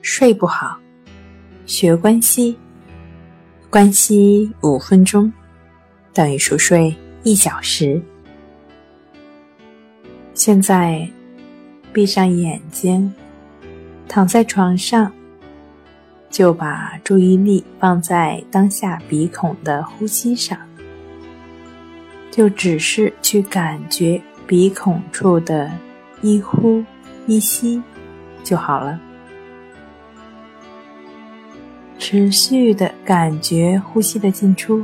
睡不好，学关系，关系5分钟等于熟睡1小时。现在闭上眼睛，躺在床上，就把注意力放在当下鼻孔的呼吸上，就只是去感觉鼻孔处的一呼一吸就好了。持续的感觉呼吸的进出，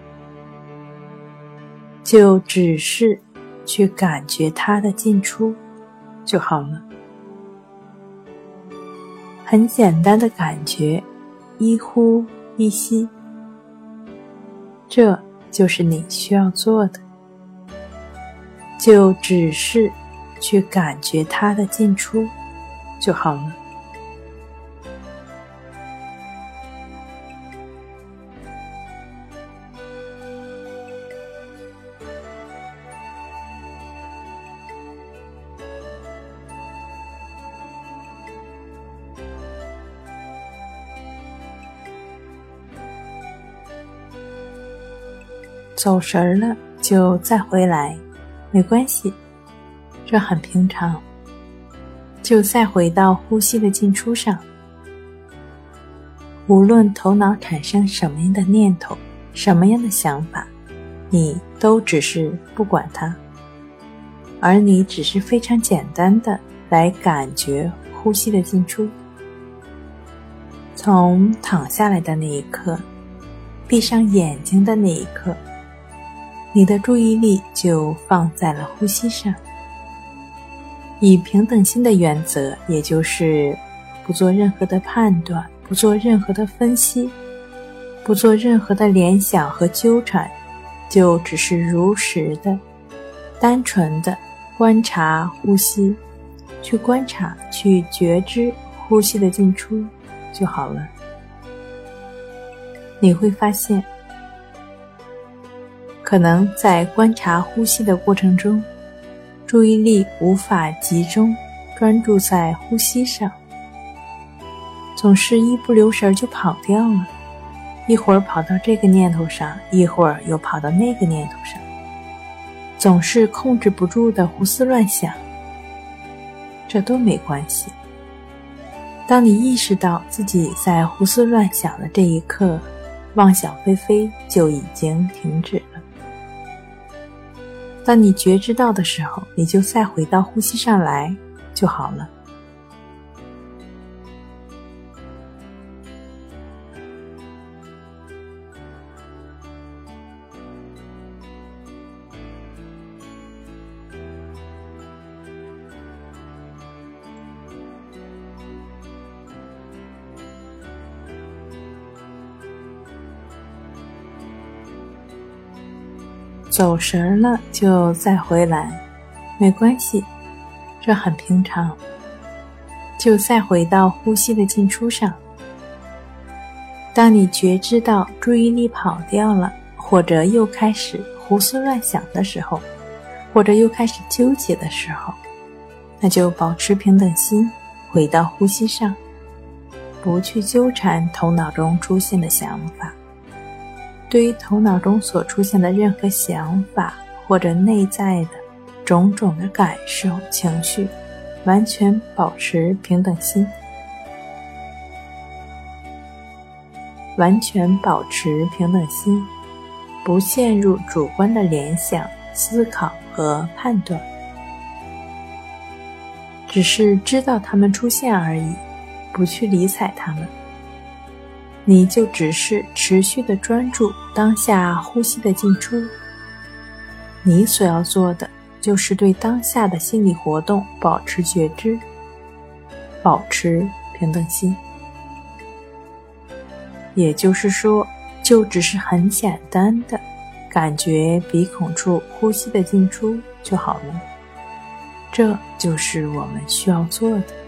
就只是去感觉它的进出就好了。很简单的感觉，一呼一吸，这就是你需要做的，就只是去感觉它的进出就好了。走神了就再回来，没关系，这很平常。就再回到呼吸的进出上，无论头脑产生什么样的念头，什么样的想法，你都只是不管它，而你只是非常简单的来感觉呼吸的进出。从躺下来的那一刻，闭上眼睛的那一刻，你的注意力就放在了呼吸上，以平等心的原则，也就是不做任何的判断，不做任何的分析，不做任何的联想和纠缠，就只是如实的单纯的观察呼吸，去观察，去觉知呼吸的进出就好了。你会发现，可能在观察呼吸的过程中，注意力无法集中专注在呼吸上，总是一不留神就跑掉了，一会儿跑到这个念头上，一会儿又跑到那个念头上，总是控制不住的胡思乱想。这都没关系，当你意识到自己在胡思乱想的这一刻，妄想飞飞就已经停止了。当你觉知到的时候，你就再回到呼吸上来就好了。走神了就再回来，没关系，这很平常。就再回到呼吸的进出上，当你觉知到注意力跑掉了，或者又开始胡思乱想的时候，或者又开始纠结的时候，那就保持平等心，回到呼吸上，不去纠缠头脑中出现的想法。对于头脑中所出现的任何想法或者内在的种种的感受、情绪，完全保持平等心，完全保持平等心，不陷入主观的联想、思考和判断，只是知道它们出现而已，不去理睬它们。你就只是持续的专注当下呼吸的进出，你所要做的就是对当下的心理活动保持觉知，保持平等心。也就是说，就只是很简单的感觉鼻孔处呼吸的进出就好了。这就是我们需要做的。